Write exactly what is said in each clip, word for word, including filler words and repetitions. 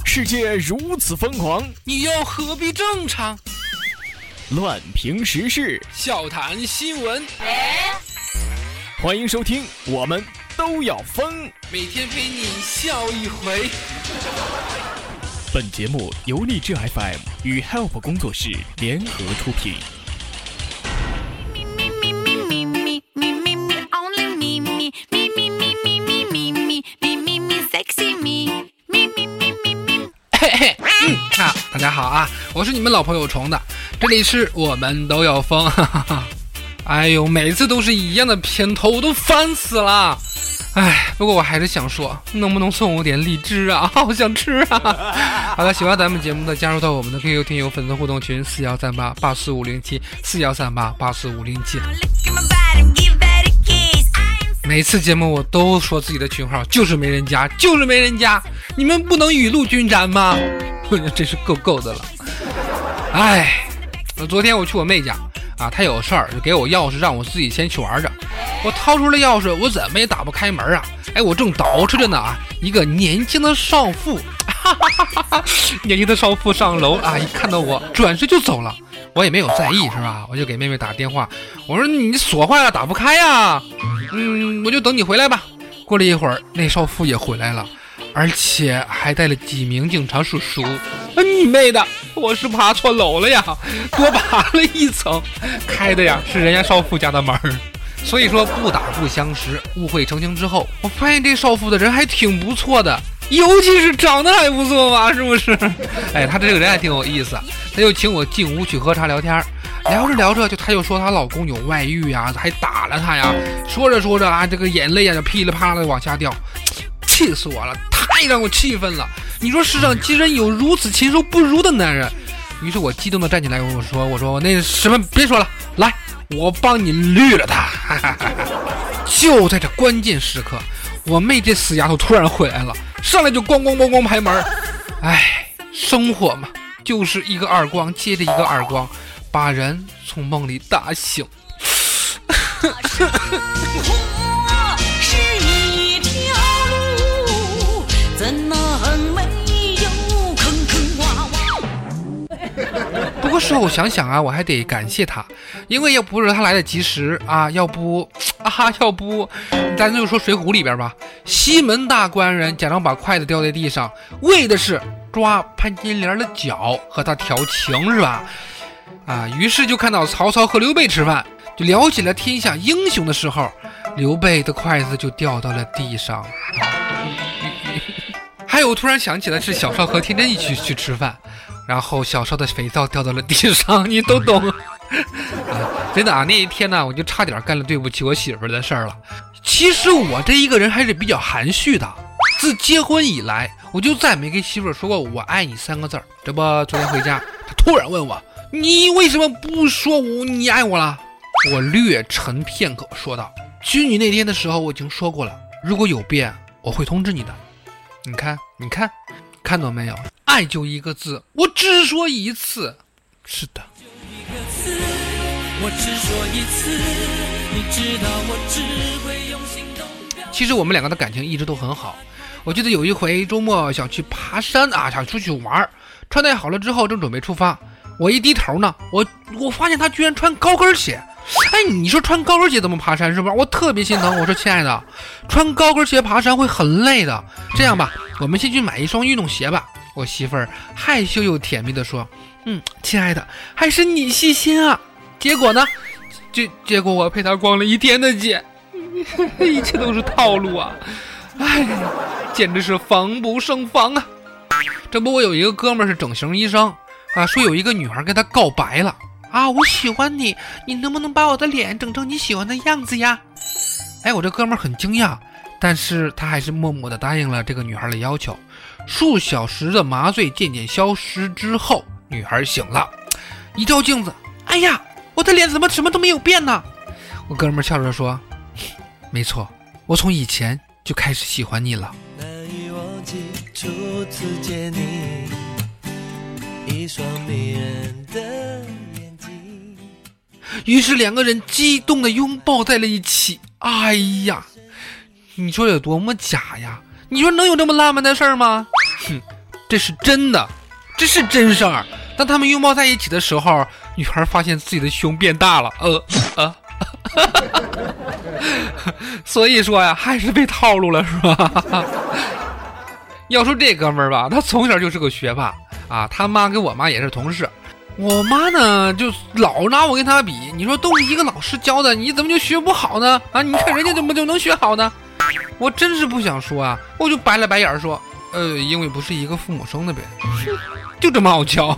世界如此疯狂， 你又何必正常？ 乱评时事， 笑谈新闻， 欢迎收听，我们都要疯， 每天陪你笑一回。 本节目由荔枝 F M 与 Help 工作室联合出品。 啊，大家好啊，我是你们老朋友虫的，这里是我们都要疯。哈哈哈。哎呦，每次都是一样的片头，我都烦死了。哎，不过我还是想说，能不能送我点荔枝啊？好想吃啊！好了，喜欢咱们节目的，加入到我们的 Q Q 听友粉丝互动群四幺三八八四五零七四幺三八八四五零七。每次节目我都说自己的群号，就是没人加，就是没人加，你们不能雨露均沾吗？真是够够的了。哎，昨天我去我妹家啊，她有事儿就给我钥匙，让我自己先去玩着。我掏出了钥匙，我怎么也打不开门啊！哎，我正捯饬着呢啊，一个年轻的少妇，哈哈哈哈年轻的少妇上楼啊，一看到我转身就走了。我也没有在意是吧？我就给妹妹打电话，我说你锁坏了，打不开呀。嗯，我就等你回来吧。过了一会儿，那少妇也回来了，而且还带了几名警察叔叔。你妹的，我是爬错楼了呀，多爬了一层，开的呀是人家少妇家的门。所以说不打不相识，误会成情之后，我发现这少妇的人还挺不错的，尤其是长得还不错吧，是不是？哎，她这个人还挺有意思，她就请我进屋去喝茶聊天，聊着聊着就她就说她老公有外遇呀，还打了她呀，说着说着啊，这个眼泪啊就噼里啪啦的往下掉，气死我了，太让我气愤了！你说世上竟然有如此禽兽不如的男人？于是我激动的站起来，我说我说那什么别说了，来，我帮你绿了他。就在这关键时刻，我妹这死丫头突然回来了，上来就咣咣咣咣拍门。哎，生活嘛，就是一个耳光接着一个耳光，把人从梦里打醒。不过事后想想啊，我还得感谢他，因为要不是他来的及时啊，要不啊，要不咱就说水浒里边吧，西门大官人假装把筷子掉在地上，为的是抓潘金莲的脚和他调情是吧？啊，于是就看到曹操和刘备吃饭，就聊起了天下英雄的时候，刘备的筷子就掉到了地上。还有，我突然想起来是小少和天真一起去吃饭，然后小少的肥皂掉到了地上，你都懂。啊，真的啊，那一天呢，我就差点干了对不起我媳妇的事儿了。其实我这一个人还是比较含蓄的，自结婚以来，我就再没跟媳妇说过我爱你三个字儿。这不，昨天回家，她突然问我，你为什么不说我你爱我了？我略沉片刻说道，娶你那天的时候我已经说过了，如果有变我会通知你的。你看你看看到没有，爱就一个字，我只说一次。是的，我只说一次，你知道我只会用行动表达。其实我们两个的感情一直都很好。我记得有一回周末想去爬山啊，想出去玩，穿戴好了之后正准备出发，我一低头呢，我我发现他居然穿高跟鞋。哎，你说穿高跟鞋怎么爬山是吧？我特别心疼。我说亲爱的，穿高跟鞋爬山会很累的。这样吧，我们先去买一双运动鞋吧。我媳妇儿害羞又甜蜜地说：“嗯，亲爱的，还是你细心啊。”结果呢，结结果我陪她逛了一天的街，一切都是套路啊！哎，简直是防不胜防啊！这不，我有一个哥们儿是整形医生啊，说有一个女孩跟他告白了。啊，我喜欢你，你能不能把我的脸整成你喜欢的样子呀？哎，我这哥们儿很惊讶，但是他还是默默地答应了这个女孩的要求。数小时的麻醉渐渐消失之后，女孩醒了，一照镜子，哎呀，我的脸怎么什么都没有变呢？我哥们儿笑着说，没错，我从以前就开始喜欢你了。难以忘记初次见你，一双迷人的于是两个人激动地拥抱在了一起。哎呀，你说有多么假呀？你说能有这么浪漫的事儿吗？哼， 这是真的，这是真事儿。当他们拥抱在一起的时候，女孩发现自己的胸变大了，呃呃，所以说呀，还是被套路了，是吧？要说这哥们儿吧，他从小就是个学霸啊，他妈跟我妈也是同事。我妈呢，就老拿我跟他比，你说都是一个老师教的，你怎么就学不好呢？啊，你看人家怎么就能学好呢？我真是不想说啊，我就白了白眼说，呃，因为不是一个父母生的呗，就这么傲娇。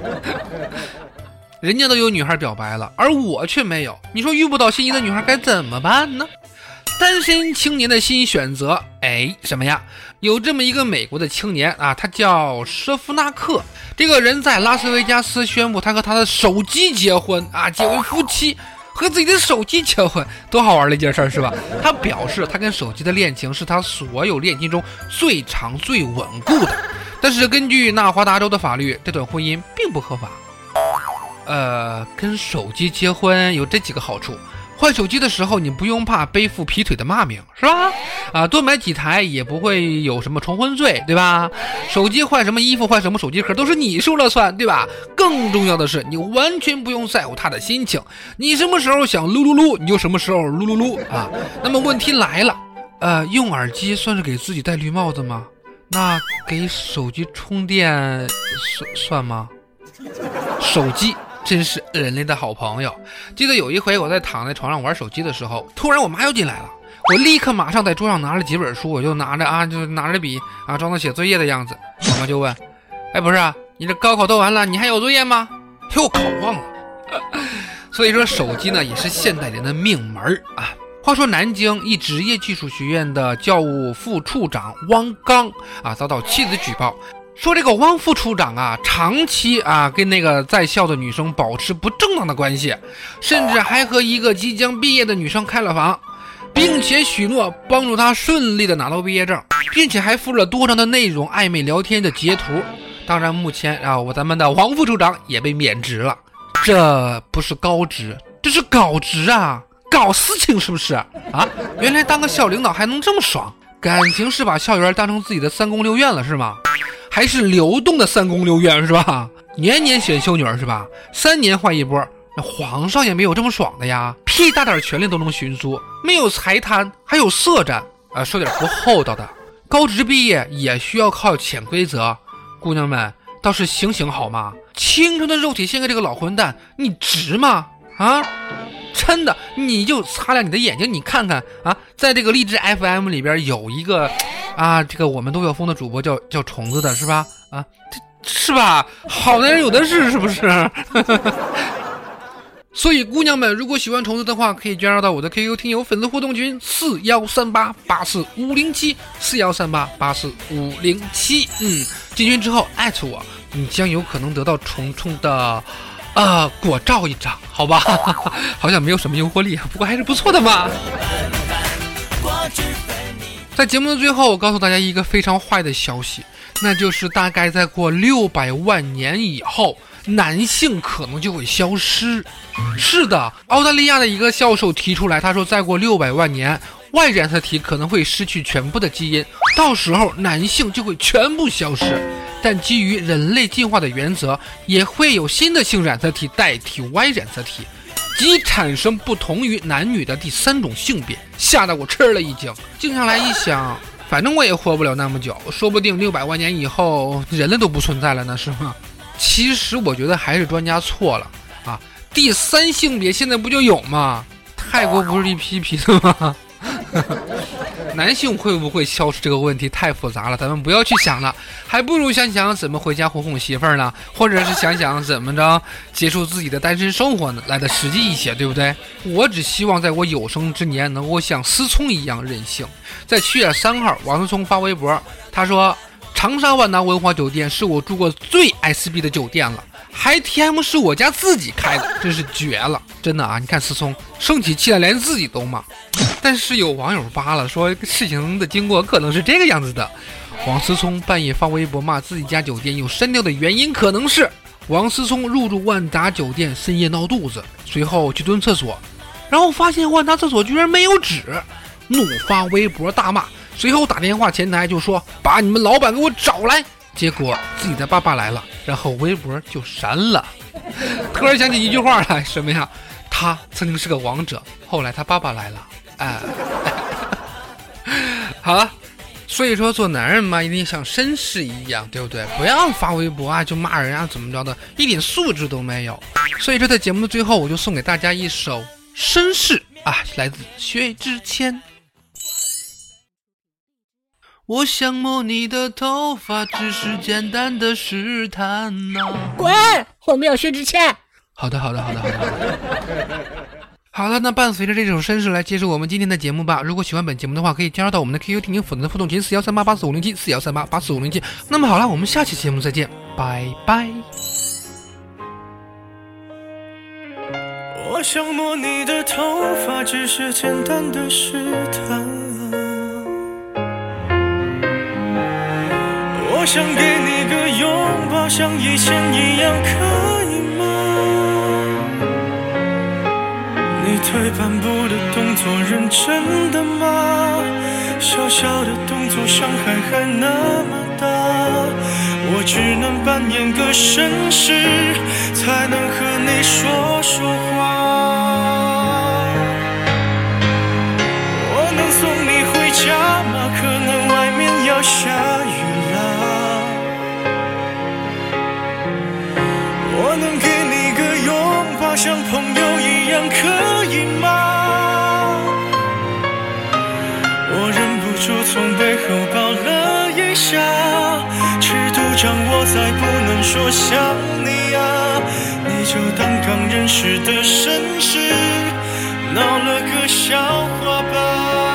人家都有女孩表白了，而我却没有。你说遇不到心仪的女孩该怎么办呢？单身青年的新选择，哎，什么呀？有这么一个美国的青年啊，他叫舍夫纳克。这个人在拉斯维加斯宣布他和他的手机结婚啊，结为夫妻，和自己的手机结婚，多好玩的一件事是吧？他表示他跟手机的恋情是他所有恋情中最长最稳固的，但是根据纳华达州的法律，这段婚姻并不合法。呃，跟手机结婚有这几个好处。换手机的时候，你不用怕背负劈腿的骂名，是吧？啊，多买几台也不会有什么重婚罪，对吧？手机换什么衣服，换什么手机壳，都是你说了算，对吧？更重要的是，你完全不用在乎他的心情，你什么时候想撸撸撸，你就什么时候撸撸撸啊。那么问题来了，呃，用耳机算是给自己戴绿帽子吗？那给手机充电算算吗？手机真是人类的好朋友。记得有一回我在躺在床上玩手机的时候，突然我妈又进来了，我立刻马上在桌上拿了几本书，我就拿着啊，就拿着笔啊，装作写作业的样子。我妈就问：“哎，不是啊，你这高考都完了，你还有作业吗？”又考忘了。所以说，手机呢也是现代人的命门啊。话说，南京一职业技术学院的教务副处长汪刚啊，遭到妻子举报。说这个汪副处长啊，长期啊跟那个在校的女生保持不正当的关系，甚至还和一个即将毕业的女生开了房，并且许诺帮助她顺利的拿到毕业证，并且还附了多张的内容暧昧聊天的截图。当然，目前啊，我咱们的汪副处长也被免职了。这不是高职，这是搞职啊，搞事情是不是啊？原来当个校领导还能这么爽，感情是把校园当成自己的三宫六院了是吗？还是流动的三宫六院是吧？年年选秀女儿是吧？三年换一波，那皇上也没有这么爽的呀！屁大点权力都能寻租，没有财贪，还有色占啊！说点不厚道的，高职毕业也需要靠潜规则，姑娘们倒是醒醒好吗？青春的肉体献给这个老混蛋，你值吗？啊！真的，你就擦亮你的眼睛，你看看啊，在这个励志 F M 里边有一个啊，这个我们都要疯的主播叫叫虫子的是吧？啊，是吧？好男人有的是，是不是？所以姑娘们，如果喜欢虫子的话，可以加入到我的 Q Q 听友粉丝互动群四幺三八八四五零七四幺三八八四五零七。嗯，进群之后艾特我，你将有可能得到虫虫的。呃，果照一张，好吧，好像没有什么诱惑力，不过还是不错的嘛。在节目的最后，我告诉大家一个非常坏的消息，那就是大概在过六百万年以后，男性可能就会消失。是的，澳大利亚的一个教授提出来，他说再过六百万年，Y染色体可能会失去全部的基因，到时候男性就会全部消失。但基于人类进化的原则，也会有新的性染色体代替 Y 染色体，即产生不同于男女的第三种性别，吓得我吃了一惊。静下来一想，反正我也活不了那么久，说不定六百万年以后人类都不存在了呢，是吗？其实我觉得还是专家错了啊！第三性别现在不就有吗？泰国不是一批批的吗？男性会不会消失这个问题太复杂了，咱们不要去想了，还不如想想怎么回家哄哄媳妇儿呢，或者是想想怎么着结束自己的单身生活呢，来的实际一些，对不对？我只希望在我有生之年能够像思聪一样任性。在七月三号，王思聪发微博，他说长沙万达文华酒店是我住过最 S B 的酒店了，还 T M 是我家自己开的，真是绝了，真的啊！你看思聪生起气来连自己都骂。但是有网友扒了说事情的经过可能是这个样子的，王思聪半夜发微博骂自己家酒店有删掉的原因可能是王思聪入住万达酒店深夜闹肚子，随后去蹲厕所，然后发现万达厕所居然没有纸，怒发微博大骂，随后打电话前台就说把你们老板给我找来， 结果自己的爸爸来了，然后微博就删了。突然想起一句话来，什么呀？他曾经是个王者，后来他爸爸来了。哎，好了，所以说做男人嘛，一定像绅士一样，对不对？不要发微博啊就骂人啊怎么着的，一点素质都没有。所以说在节目的最后，我就送给大家一首绅士啊，来自薛之谦。我想摸你的头发，只是简单的试探呐、啊。 滚！我没有薛之谦。 好的，好的，好的，好的。好的好了，那伴随着这首绅士来结束我们今天的节目吧。如果喜欢本节目的话，可以加入到我们的 Q Q 听友粉丝互动群四幺三八八四五零七四幺三八八四五零七。那么好了，我们下期节目再见，拜拜。 我想摸你的头发，只是简单的试探。我想给你个拥抱，像以前一样，可以吗？你退半步的动作认真的吗？小小的动作伤害还那么大，我只能扮演个绅士，才能和你说说话。我能送你回家吗？可能外面要下雨了。我能给你个拥抱，像朋友一样，可以吗？我忍不住从背后抱了一下，尺度掌握在不能说想你啊，你就当刚认识的绅士，闹了个笑话吧。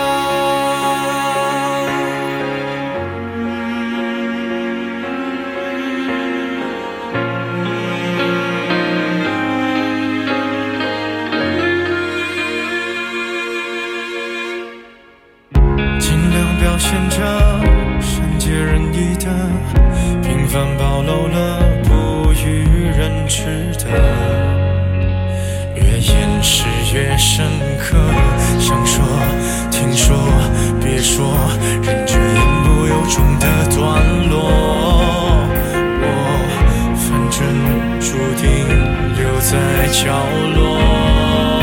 表现着善解人意的，平凡暴露了不与人知的，越掩饰越深刻。想说听说别说，忍着言不由衷的段落，我反正注定留在角落。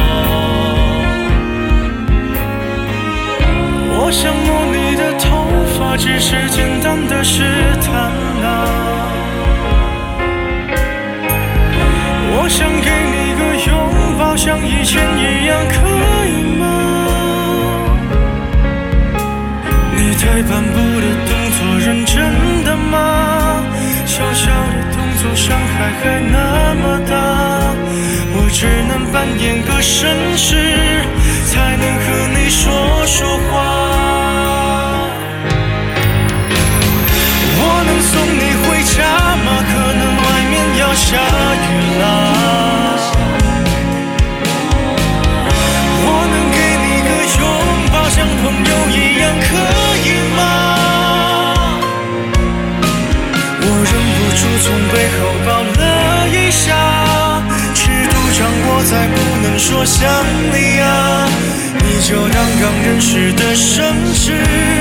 我想摸你的头发，只是简单的试探啊。我想给你个拥抱，像以前一样，可以吗？你退半步的动作认真的吗？小小的动作伤害还那么大，我只能扮演个绅士，才能和你说说话。我能送你回家吗？可能外面要下雨了。我能给你个拥抱，像朋友一样，可以吗？我忍不住从背后抱了一下，尺度掌握在不能说想你啊，你就当刚认识的绅士，